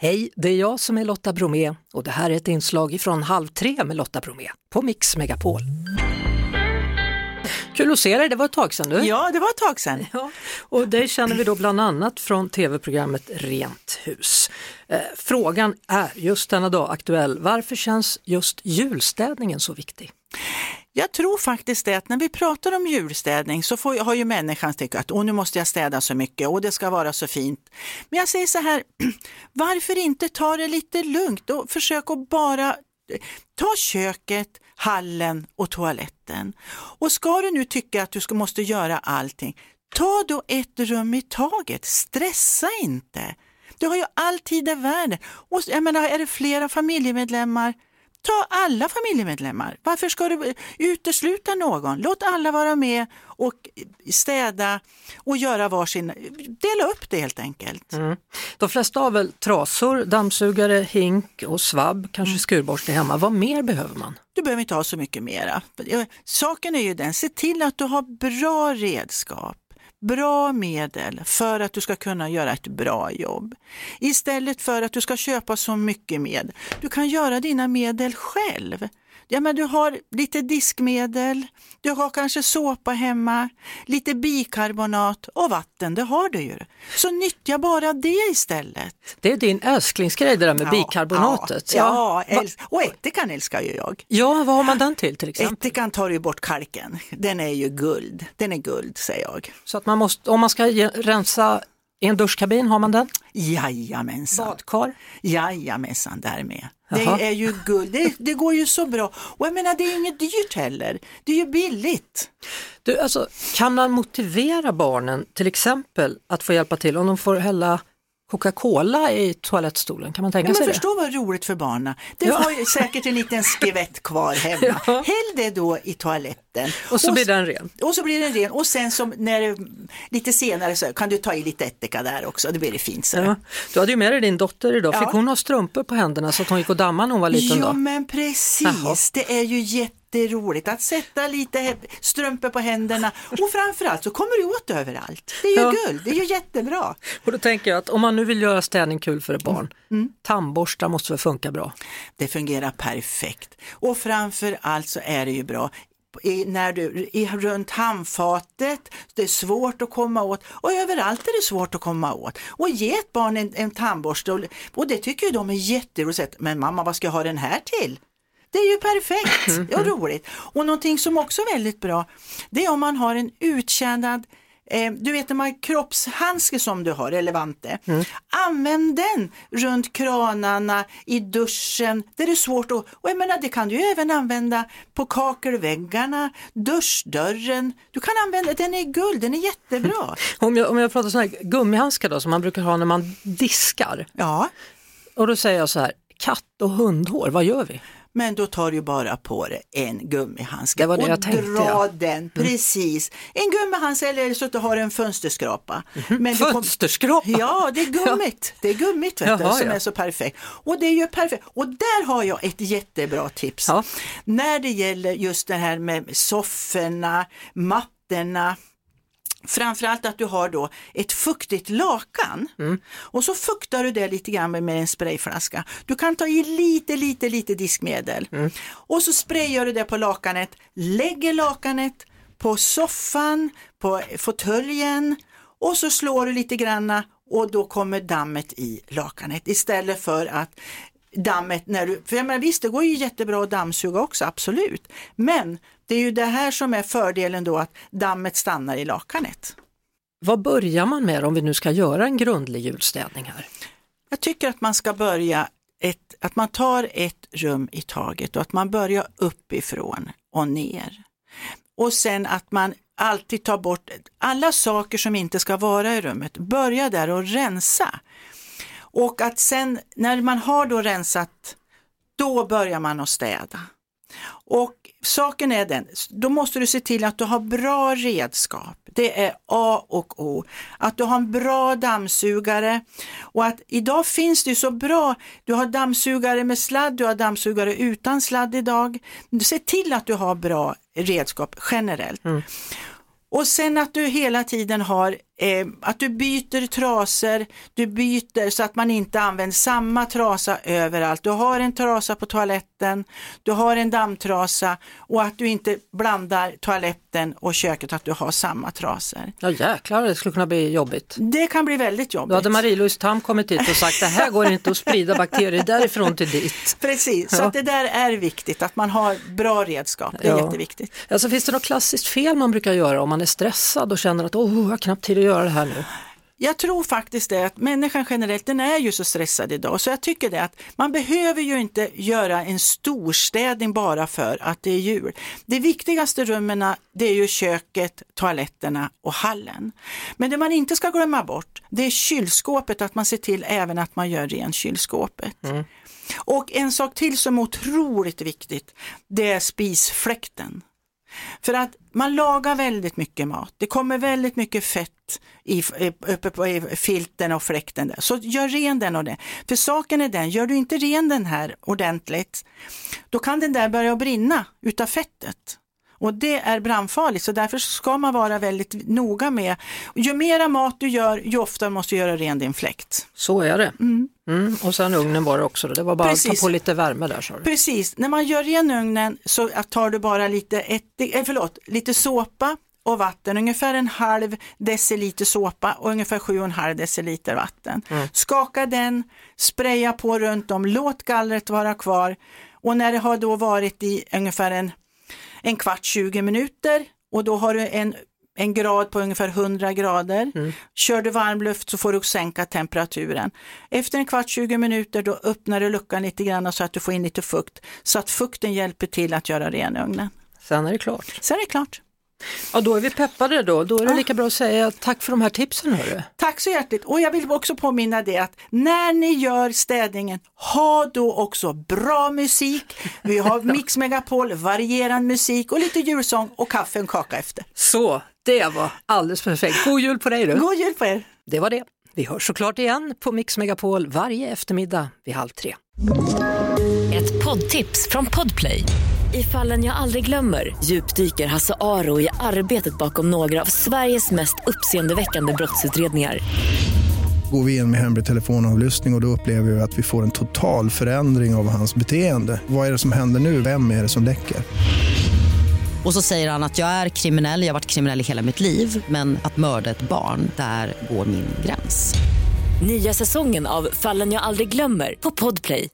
Hej, det är jag som är Lotta Bromé och det här är ett inslag från 2:30 med Lotta Bromé på Mix Megapol. Kul att se dig, det var ett tag sedan du. Ja, det var ett tag sedan. Ja, och det känner vi då bland annat från tv-programmet Rent hus. Frågan är just denna dag aktuell. Varför känns just julstädningen så viktig? Jag tror faktiskt det att när vi pratar om julstädning så har ju människan tänkt att nu måste jag städa så mycket och det ska vara så fint. Men jag säger så här, varför inte ta det lite lugnt och försök att bara ta köket, hallen och toaletten. Och ska du nu tycka att du måste göra allting, ta då ett rum i taget, stressa inte. Du har ju all tid i världen. Och jag menar, är det flera familjemedlemmar, ta alla familjemedlemmar. Varför ska du utesluta någon? Låt alla vara med och städa och göra dela upp det helt enkelt. Mm. De flesta har väl trasor, dammsugare, hink och svabb, kanske skurborste hemma. Vad mer behöver man? Du behöver inte ha så mycket mera. Saken är ju den, se till att du har bra redskap. Bra medel för att du ska kunna göra ett bra jobb. Istället för att du ska köpa så mycket medel. Du kan göra dina medel själv. Ja, men du har lite diskmedel, du har kanske såpa hemma, lite bikarbonat och vatten, det har du ju. Så nyttja bara det istället. Det är din älsklingsgrej det där med bikarbonatet. Och ättikan älskar ju jag. Ja, vad har man den till exempel? Ättikan tar ju bort kalken, den är ju guld, den är guld säger jag. Så att man måste, om man ska rensa i en duschkabin, har man den? Jajamensan. Badkar? Jajamensan, där med. Jaha. Det är ju guld, det går ju så bra. Och jag menar, det är inget dyrt heller. Det är ju billigt. Du, alltså, kan man motivera barnen till exempel att få hjälpa till om de får hälla Coca-Cola i toalettstolen? Kan man tänka sig det? Förstå vad roligt för barnen. Det har ju säkert en liten skvätt kvar hemma. Ja. Häll det då i toaletten. Och så blir den ren. Och så blir den ren. Och sen lite senare så kan du ta i lite ättika där också. Det blir det fint. Så. Ja. Du hade ju med dig din dotter idag. Fick hon ha strumpor på händerna så att hon gick och dammade när hon var liten då? Ja, men precis. Jaha. Det är ju jätteroligt att sätta lite strumpor på händerna. Och framförallt så kommer du åt överallt. Det är ju guld. Det är ju jättebra. Och då tänker jag att om man nu vill göra städning kul för ett barn, tandborstar måste väl funka bra? Det fungerar perfekt. Och framförallt så är det ju bra när du är runt handfatet, det är svårt att komma åt och överallt är det svårt att komma åt. Och ge ett barn en tandborste och det tycker ju de är jätteroligt. Men mamma, vad ska jag ha den här till? Det är ju perfekt och roligt. Och någonting som också är väldigt bra, det är om man har en uttjänad du vet de här kroppshandskar som du har, relevante. Använd den runt kranarna, i duschen, där det är svårt att, och jag menar det kan du ju även använda på kakelväggarna, duschdörren. Du kan använda, den är guld, den är jättebra. Om jag pratar sådana här gummihandskar då som man brukar ha när man diskar. Ja. Och då säger jag så här, katt- och hundhår, vad gör vi? Men då tar du bara på det en gummihandske. Det var det och jag tänkte, dra den, precis. En gummihandske eller så att du har en fönsterskrapa. Men fönsterskrapa? Ja, det är gummit. Det är gummit vet du, som är så perfekt. Och det är ju perfekt. Och där har jag ett jättebra tips. Ja. När det gäller just det här med sofforna, mattorna. Framförallt att du har då ett fuktigt lakan och så fuktar du det lite grann med en sprayflaska. Du kan ta i lite diskmedel och så sprayar du det på lakanet, lägger lakanet på soffan, på fåtöljen och så slår du lite granna och då kommer dammet i lakanet istället för att dammet för jag menar, visst det går ju jättebra att dammsuga också, absolut. Men det är ju det här som är fördelen då, att dammet stannar i lakanet. Vad börjar man med om vi nu ska göra en grundlig julstädning här? Jag tycker att man ska börja att man tar ett rum i taget och att man börjar uppifrån och ner. Och sen att man alltid tar bort alla saker som inte ska vara i rummet. Börja där och rensa. Och att sen när man har då rensat, då börjar man att städa. Och saken är den, då måste du se till att du har bra redskap. Det är A och O. Att du har en bra dammsugare. Och att idag finns det ju så bra, du har dammsugare med sladd, du har dammsugare utan sladd idag. Se till att du har bra redskap generellt. Och sen att du hela tiden har att du byter trasor, du byter så att man inte använder samma trasa överallt. Du har en trasa på toaletten, du har en dammtrasa och att du inte blandar toaletten och köket, att du har samma trasor. Ja jäklar, det skulle kunna bli jobbigt. Det kan bli väldigt jobbigt. Då hade Marie-Louise Tam kommit hit och sagt det här går inte att sprida bakterier därifrån till dit. Precis, så att det där är viktigt, att man har bra redskap, det är jätteviktigt. Alltså, finns det något klassiskt fel man brukar göra om man är stressad och känner att jag har knappt tid att göra det här nu? Jag tror faktiskt det att människan generellt, den är ju så stressad idag, så jag tycker det att man behöver ju inte göra en storstädning bara för att det är jul. Det viktigaste rummen, det är ju köket, toaletterna och hallen. Men det man inte ska glömma bort, det är kylskåpet, att man ser till även att man gör ren kylskåpet. Och en sak till som är otroligt viktigt, det är spisfläkten. För att man lagar väldigt mycket mat. Det kommer väldigt mycket fett uppe på filten och fläkten där. Så gör ren den och det. För saken är den, gör du inte ren den här ordentligt, då kan den där börja brinna utav fettet. Och det är brandfarligt, så därför ska man vara väldigt noga med. Ju mera mat du gör, ju oftare måste du göra ren din fläkt. Så är det. Och sen ugnen var det också. Det var bara att ta på lite värme där. Så. Precis, när man gör ren ugnen så tar du bara lite såpa och vatten, ungefär 1/2 deciliter såpa och ungefär 7,5 deciliter vatten. Skaka den, spraya på runt om, låt gallret vara kvar, och när det har då varit i ungefär en kvart, 20 minuter, och då har du en grad på ungefär 100 grader. Kör du varmluft så får du sänka temperaturen. Efter en kvart, 20 minuter, då öppnar du luckan lite grann så att du får in lite fukt, så att fukten hjälper till att göra ren ugnen. Sen är det klart. Sen är det klart. Ja, då är vi peppade då. Då är det lika bra att säga tack för de här tipsen. Hörru. Tack så hjärtligt. Och jag vill också påminna det att när ni gör städningen, ha då också bra musik. Vi har Mix Megapol, varierande musik och lite julsång och kaffe och kaka efter. Så, det var alldeles perfekt. God jul på dig du. God jul på er. Det var det. Vi hörs såklart igen på Mix Megapol varje eftermiddag vid 2:30. Ett poddtips från Podplay. I Fallen jag aldrig glömmer djupdyker Hasse Aro i arbetet bakom några av Sveriges mest uppseendeväckande brottsutredningar. Går vi in med hemlig telefonavlyssning och då upplever vi att vi får en total förändring av hans beteende. Vad är det som händer nu? Vem är det som läcker? Och så säger han att jag är kriminell, jag har varit kriminell i hela mitt liv, men att mörda ett barn, där går min gräns. Nya säsongen av Fallen jag aldrig glömmer på Podplay.